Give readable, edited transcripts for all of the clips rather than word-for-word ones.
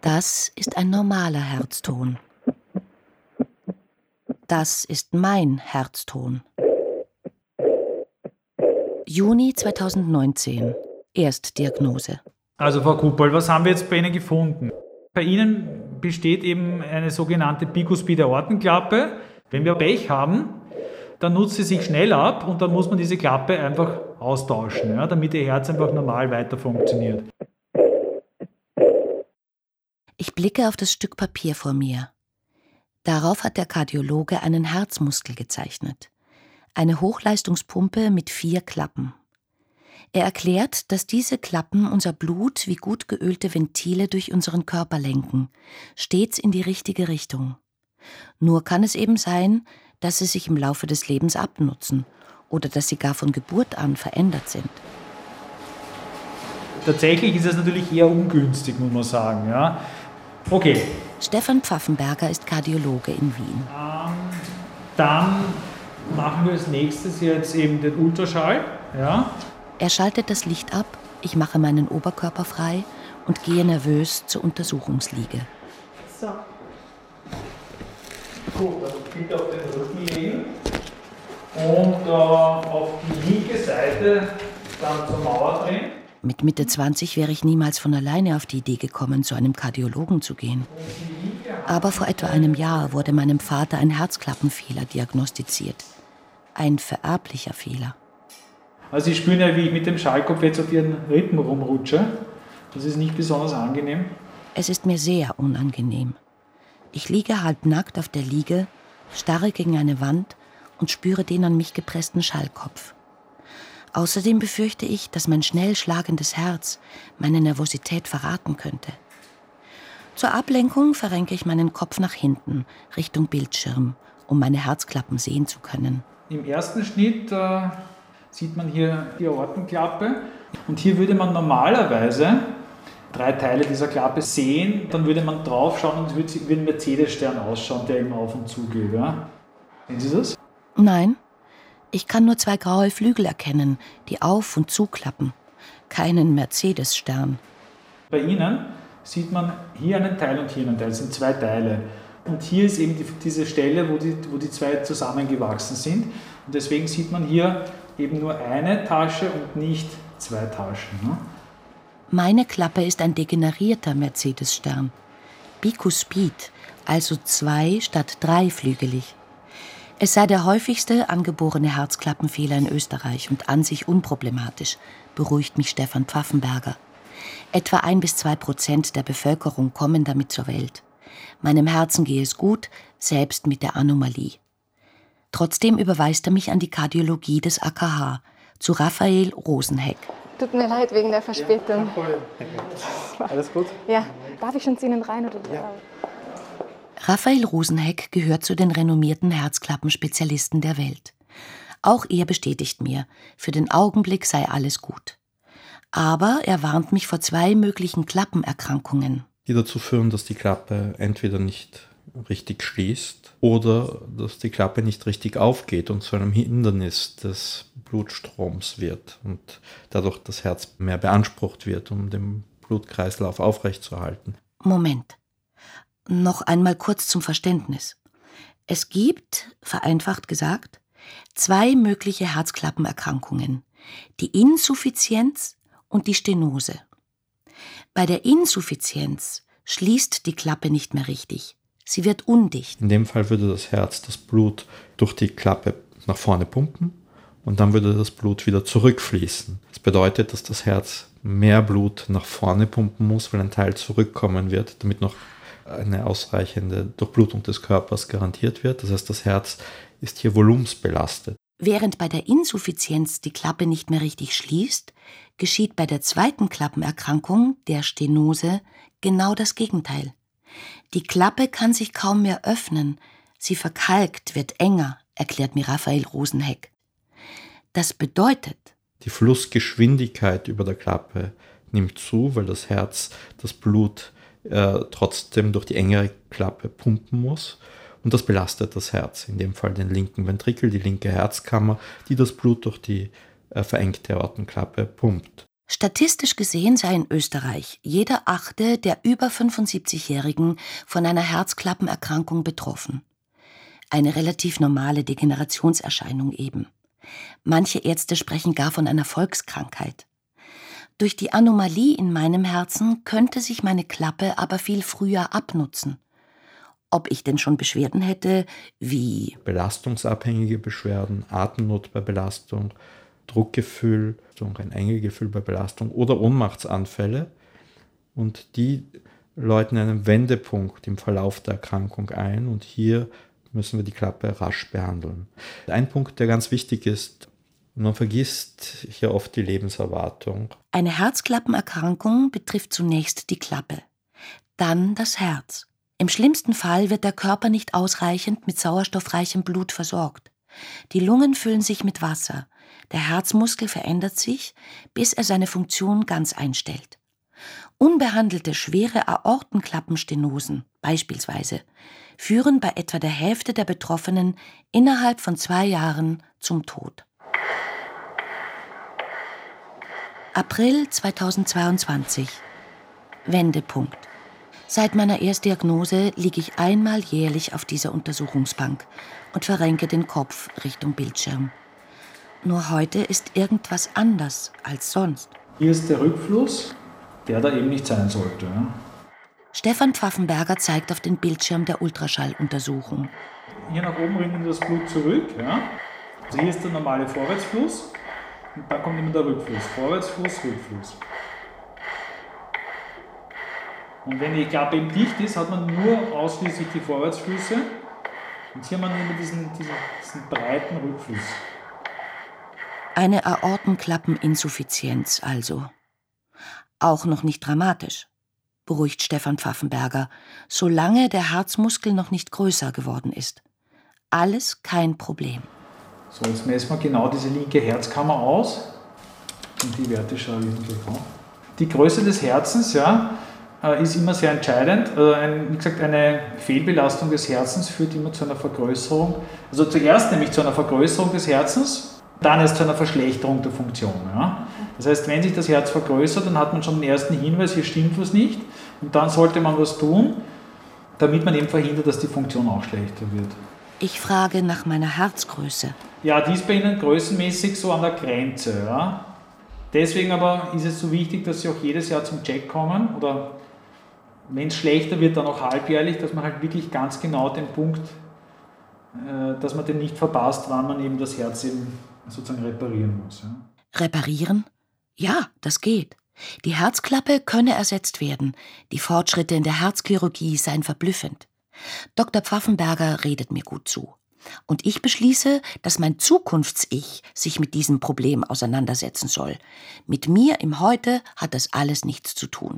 Das ist ein normaler Herzton. Das ist mein Herzton. Juni 2019. Erstdiagnose. Also Frau Kupperl, was haben wir jetzt bei Ihnen gefunden? Bei Ihnen besteht eben eine sogenannte bikuspide Aortenklappe. Wenn wir Pech haben, dann nutzt sie sich schnell ab und dann muss man diese Klappe einfach austauschen, ja, damit Ihr Herz einfach normal weiter funktioniert. Ich blicke auf das Stück Papier vor mir. Darauf hat der Kardiologe einen Herzmuskel gezeichnet. Eine Hochleistungspumpe mit 4 Klappen. Er erklärt, dass diese Klappen unser Blut wie gut geölte Ventile durch unseren Körper lenken, stets in die richtige Richtung. Nur kann es eben sein, dass sie sich im Laufe des Lebens abnutzen oder dass sie gar von Geburt an verändert sind. Tatsächlich ist es natürlich eher ungünstig, muss man sagen. Ja. Okay. Stefan Pfaffenberger ist Kardiologe in Wien. Dann machen wir als nächstes jetzt eben den Ultraschall. Ja. Er schaltet das Licht ab, ich mache meinen Oberkörper frei und gehe nervös zur Untersuchungsliege. So. Gut, also bitte auf den Rücken legen und auf die linke Seite dann zur Mauer drehen. Mit Mitte 20 wäre ich niemals von alleine auf die Idee gekommen, zu einem Kardiologen zu gehen. Aber vor etwa einem Jahr wurde meinem Vater ein Herzklappenfehler diagnostiziert. Ein vererblicher Fehler. Also Sie spüren ja, wie ich mit dem Schallkopf jetzt auf Ihren Rippen rumrutsche. Das ist nicht besonders angenehm. Es ist mir sehr unangenehm. Ich liege halbnackt auf der Liege, starre gegen eine Wand und spüre den an mich gepressten Schallkopf. Außerdem befürchte ich, dass mein schnell schlagendes Herz meine Nervosität verraten könnte. Zur Ablenkung verrenke ich meinen Kopf nach hinten, Richtung Bildschirm, um meine Herzklappen sehen zu können. Im ersten Schnitt sieht man hier die Aortenklappe und hier würde man normalerweise 3 Teile dieser Klappe sehen, dann würde man drauf schauen und es würde wie ein Mercedes-Stern ausschauen, der eben auf und zu geht. Ja? Sehen Sie das? Nein, ich kann nur 2 graue Flügel erkennen, die auf- und zuklappen. Keinen Mercedes-Stern. Bei Ihnen sieht man hier einen Teil und hier einen Teil, das sind 2 Teile. Und hier ist eben diese Stelle, wo die 2 zusammengewachsen sind. Und deswegen sieht man hier eben nur eine Tasche und nicht 2 Taschen. Ne? Meine Klappe ist ein degenerierter Mercedes-Stern. Bikuspid, also 2 statt 3-flügelig. Es sei der häufigste angeborene Herzklappenfehler in Österreich und an sich unproblematisch, beruhigt mich Stefan Pfaffenberger. Etwa 1-2% der Bevölkerung kommen damit zur Welt. Meinem Herzen gehe es gut, selbst mit der Anomalie. Trotzdem überweist er mich an die Kardiologie des AKH, zu Raphael Rosenheck. Tut mir leid wegen der Verspätung. Ja, alles gut? Ja, darf ich schon zu Ihnen rein? Oder? Ja. Raphael Rosenheck gehört zu den renommierten Herzklappenspezialisten der Welt. Auch er bestätigt mir, für den Augenblick sei alles gut. Aber er warnt mich vor 2 möglichen Klappenerkrankungen. Die dazu führen, dass die Klappe entweder nicht richtig schließt oder dass die Klappe nicht richtig aufgeht und zu einem Hindernis des Blutstroms wird und dadurch das Herz mehr beansprucht wird, um den Blutkreislauf aufrechtzuerhalten. Moment. Noch einmal kurz zum Verständnis. Es gibt, vereinfacht gesagt, 2 mögliche Herzklappenerkrankungen. Die Insuffizienz und die Stenose. Bei der Insuffizienz schließt die Klappe nicht mehr richtig. Sie wird undicht. In dem Fall würde das Herz das Blut durch die Klappe nach vorne pumpen und dann würde das Blut wieder zurückfließen. Das bedeutet, dass das Herz mehr Blut nach vorne pumpen muss, weil ein Teil zurückkommen wird, damit noch eine ausreichende Durchblutung des Körpers garantiert wird. Das heißt, das Herz ist hier volumensbelastet. Während bei der Insuffizienz die Klappe nicht mehr richtig schließt, geschieht bei der zweiten Klappenerkrankung, der Stenose, genau das Gegenteil. Die Klappe kann sich kaum mehr öffnen, sie verkalkt, wird enger, erklärt mir Raphael Rosenheck. Das bedeutet, die Flussgeschwindigkeit über der Klappe nimmt zu, weil das Herz das Blut trotzdem durch die engere Klappe pumpen muss. Und das belastet das Herz, in dem Fall den linken Ventrikel, die linke Herzkammer, die das Blut durch die verengte Aortenklappe pumpt. Statistisch gesehen sei in Österreich jeder 8. der über 75-Jährigen von einer Herzklappenerkrankung betroffen. Eine relativ normale Degenerationserscheinung eben. Manche Ärzte sprechen gar von einer Volkskrankheit. Durch die Anomalie in meinem Herzen könnte sich meine Klappe aber viel früher abnutzen. Ob ich denn schon Beschwerden hätte, wie belastungsabhängige Beschwerden, Atemnot bei Belastung, Druckgefühl, ein Engegefühl bei Belastung oder Ohnmachtsanfälle. Und die läuten einen Wendepunkt im Verlauf der Erkrankung ein und hier müssen wir die Klappe rasch behandeln. Ein Punkt, der ganz wichtig ist, man vergisst hier oft die Lebenserwartung. Eine Herzklappenerkrankung betrifft zunächst die Klappe, dann das Herz. Im schlimmsten Fall wird der Körper nicht ausreichend mit sauerstoffreichem Blut versorgt. Die Lungen füllen sich mit Wasser, der Herzmuskel verändert sich, bis er seine Funktion ganz einstellt. Unbehandelte schwere Aortenklappenstenosen beispielsweise führen bei etwa der Hälfte der Betroffenen innerhalb von 2 Jahren zum Tod. April 2022. Wendepunkt. Seit meiner Erstdiagnose liege ich einmal jährlich auf dieser Untersuchungsbank und verrenke den Kopf Richtung Bildschirm. Nur heute ist irgendwas anders als sonst. Hier ist der Rückfluss, der da eben nicht sein sollte. Ja? Stefan Pfaffenberger zeigt auf den Bildschirm der Ultraschalluntersuchung. Hier nach oben rinnt das Blut zurück. Ja? Also hier ist der normale Vorwärtsfluss und dann kommt immer der Rückfluss. Vorwärtsfluss, Rückfluss. Und wenn die Klappe eben dicht ist, hat man nur ausschließlich die Vorwärtsflüsse. Und hier hat man immer diesen breiten Rückfluss. Eine Aortenklappeninsuffizienz also. Auch noch nicht dramatisch, beruhigt Stefan Pfaffenberger, solange der Herzmuskel noch nicht größer geworden ist. Alles kein Problem. So, jetzt messen wir genau diese linke Herzkammer aus. Und die Werte schaue ich gleich auf. Die Größe des Herzens, ja, ist immer sehr entscheidend. Wie gesagt, eine Fehlbelastung des Herzens führt immer zu einer Vergrößerung. Also zuerst nämlich zu einer Vergrößerung des Herzens, dann erst zu einer Verschlechterung der Funktion. Ja. Das heißt, wenn sich das Herz vergrößert, dann hat man schon den ersten Hinweis, hier stimmt was nicht. Und dann sollte man was tun, damit man eben verhindert, dass die Funktion auch schlechter wird. Ich frage nach meiner Herzgröße. Ja, die ist bei Ihnen größenmäßig so an der Grenze. Ja. Deswegen aber ist es so wichtig, dass Sie auch jedes Jahr zum Check kommen oder wenn es schlechter wird, dann auch halbjährlich, dass man halt wirklich ganz genau den Punkt, dass man den nicht verpasst, wann man eben das Herz eben sozusagen reparieren muss. Ja. Reparieren? Ja, das geht. Die Herzklappe könne ersetzt werden. Die Fortschritte in der Herzchirurgie seien verblüffend. Dr. Pfaffenberger redet mir gut zu. Und ich beschließe, dass mein Zukunfts-Ich sich mit diesem Problem auseinandersetzen soll. Mit mir im Heute hat das alles nichts zu tun.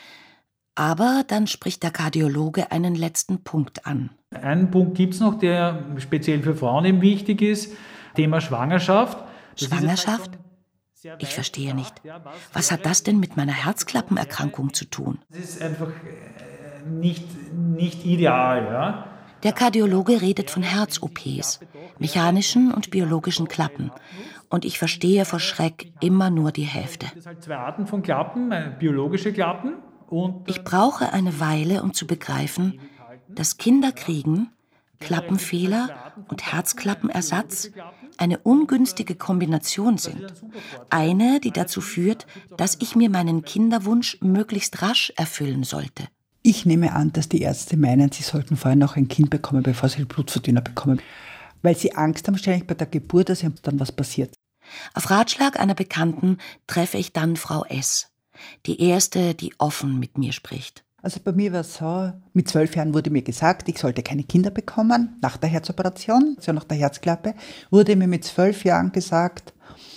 Aber dann spricht der Kardiologe einen letzten Punkt an. Einen Punkt gibt es noch, der speziell für Frauen eben wichtig ist. Thema Schwangerschaft. Schwangerschaft? Ich verstehe nicht. Was hat das denn mit meiner Herzklappenerkrankung zu tun? Das ist einfach nicht ideal. Ja? Der Kardiologe redet von Herz-OPs, mechanischen und biologischen Klappen. Und ich verstehe vor Schreck immer nur die Hälfte. Es gibt halt 2 Arten von Klappen, biologische Klappen. Ich brauche eine Weile, um zu begreifen, dass Kinderkriegen, Klappenfehler und Herzklappenersatz eine ungünstige Kombination sind. Eine, die dazu führt, dass ich mir meinen Kinderwunsch möglichst rasch erfüllen sollte. Ich nehme an, dass die Ärzte meinen, sie sollten vorher noch ein Kind bekommen, bevor sie Blutverdünner bekommen. Weil sie Angst haben, ständig bei der Geburt, dass ihnen dann was passiert. Auf Ratschlag einer Bekannten treffe ich dann Frau S., die erste, die offen mit mir spricht. Also bei mir war es so, mit 12 Jahren wurde mir gesagt, ich sollte keine Kinder bekommen, nach der Herzoperation, also nach der Herzklappe, wurde mir mit 12 Jahren gesagt,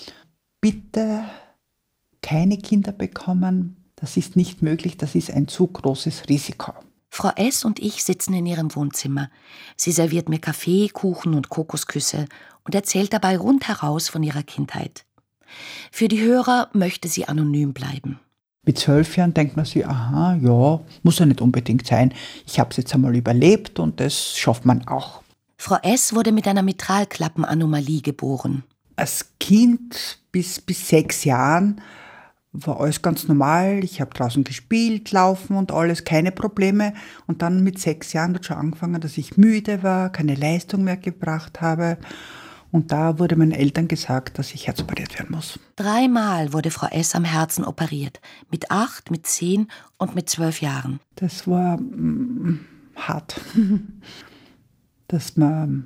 bitte keine Kinder bekommen, das ist nicht möglich, das ist ein zu großes Risiko. Frau S. und ich sitzen in ihrem Wohnzimmer. Sie serviert mir Kaffee, Kuchen und Kokosküsse und erzählt dabei rundheraus von ihrer Kindheit. Für die Hörer möchte sie anonym bleiben. Mit 12 Jahren denkt man sich, aha, ja, muss ja nicht unbedingt sein. Ich habe es jetzt einmal überlebt und das schafft man auch. Frau S. wurde mit einer Mitralklappenanomalie geboren. Als Kind bis 6 Jahren War alles ganz normal. Ich habe draußen gespielt, laufen und alles, keine Probleme. Und dann mit 6 Jahren hat schon angefangen, dass ich müde war, keine Leistung mehr gebracht habe. Und da wurde meinen Eltern gesagt, dass ich herzoperiert werden muss. 3-mal wurde Frau S. am Herzen operiert. Mit 8, mit 10 und mit 12 Jahren. Das war hart. Dass man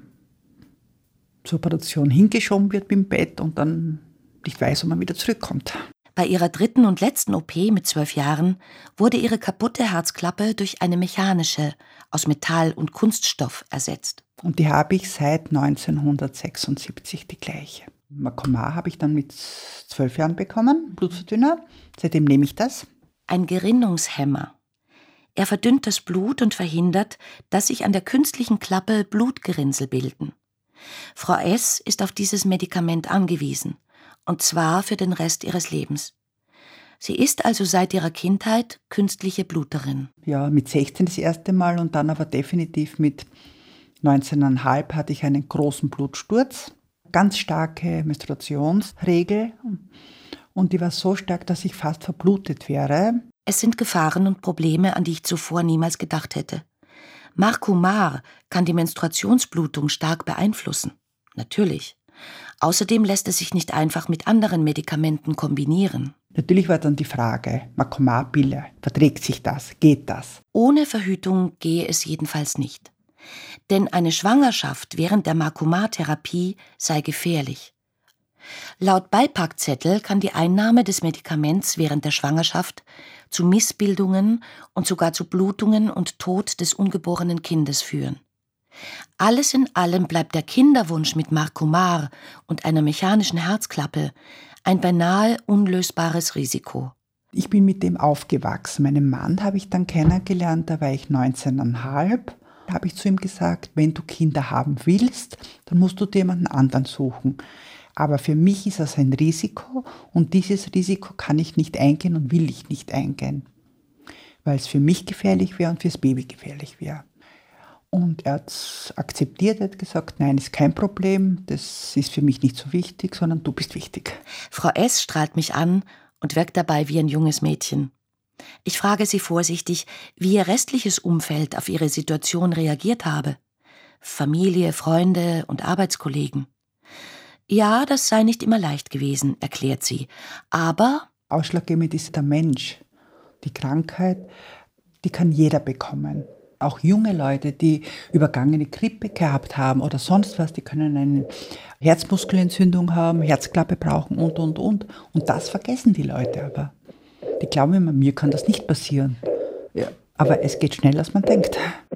zur Operation hingeschoben wird im Bett und dann nicht weiß, ob man wieder zurückkommt. Bei ihrer 3. und letzten OP mit 12 Jahren wurde ihre kaputte Herzklappe durch eine mechanische, aus Metall und Kunststoff ersetzt. Und die habe ich seit 1976, die gleiche. Makoma habe ich dann mit 12 Jahren bekommen, Blutverdünner. Seitdem nehme ich das. Ein Gerinnungshemmer. Er verdünnt das Blut und verhindert, dass sich an der künstlichen Klappe Blutgerinnsel bilden. Frau S. ist auf dieses Medikament angewiesen. Und zwar für den Rest ihres Lebens. Sie ist also seit ihrer Kindheit künstliche Bluterin. Ja, mit 16 das erste Mal und dann aber definitiv mit 19,5 hatte ich einen großen Blutsturz. Ganz starke Menstruationsregel. Und die war so stark, dass ich fast verblutet wäre. Es sind Gefahren und Probleme, an die ich zuvor niemals gedacht hätte. Marcumar kann die Menstruationsblutung stark beeinflussen. Natürlich. Außerdem lässt es sich nicht einfach mit anderen Medikamenten kombinieren. Natürlich war dann die Frage, Makoma-Pille, verträgt sich das, geht das? Ohne Verhütung gehe es jedenfalls nicht. Denn eine Schwangerschaft während der Makoma-Therapie sei gefährlich. Laut Beipackzettel kann die Einnahme des Medikaments während der Schwangerschaft zu Missbildungen und sogar zu Blutungen und Tod des ungeborenen Kindes führen. Alles in allem bleibt der Kinderwunsch mit Marcumar und einer mechanischen Herzklappe ein beinahe unlösbares Risiko. Ich bin mit dem aufgewachsen. Meinen Mann habe ich dann kennengelernt, da war ich 19,5. Da habe ich zu ihm gesagt, wenn du Kinder haben willst, dann musst du dir jemanden anderen suchen. Aber für mich ist das ein Risiko und dieses Risiko kann ich nicht eingehen und will ich nicht eingehen, weil es für mich gefährlich wäre und fürs Baby gefährlich wäre. Und er hat es akzeptiert, er hat gesagt, nein, ist kein Problem, das ist für mich nicht so wichtig, sondern du bist wichtig. Frau S. strahlt mich an und wirkt dabei wie ein junges Mädchen. Ich frage sie vorsichtig, wie ihr restliches Umfeld auf ihre Situation reagiert habe. Familie, Freunde und Arbeitskollegen. Ja, das sei nicht immer leicht gewesen, erklärt sie. Aber ausschlaggebend ist der Mensch. Die Krankheit, die kann jeder bekommen. Auch junge Leute, die übergangene Grippe gehabt haben oder sonst was, die können eine Herzmuskelentzündung haben, Herzklappe brauchen und. Und das vergessen die Leute aber. Die glauben immer, mir kann das nicht passieren. Ja, aber es geht schneller, als man denkt.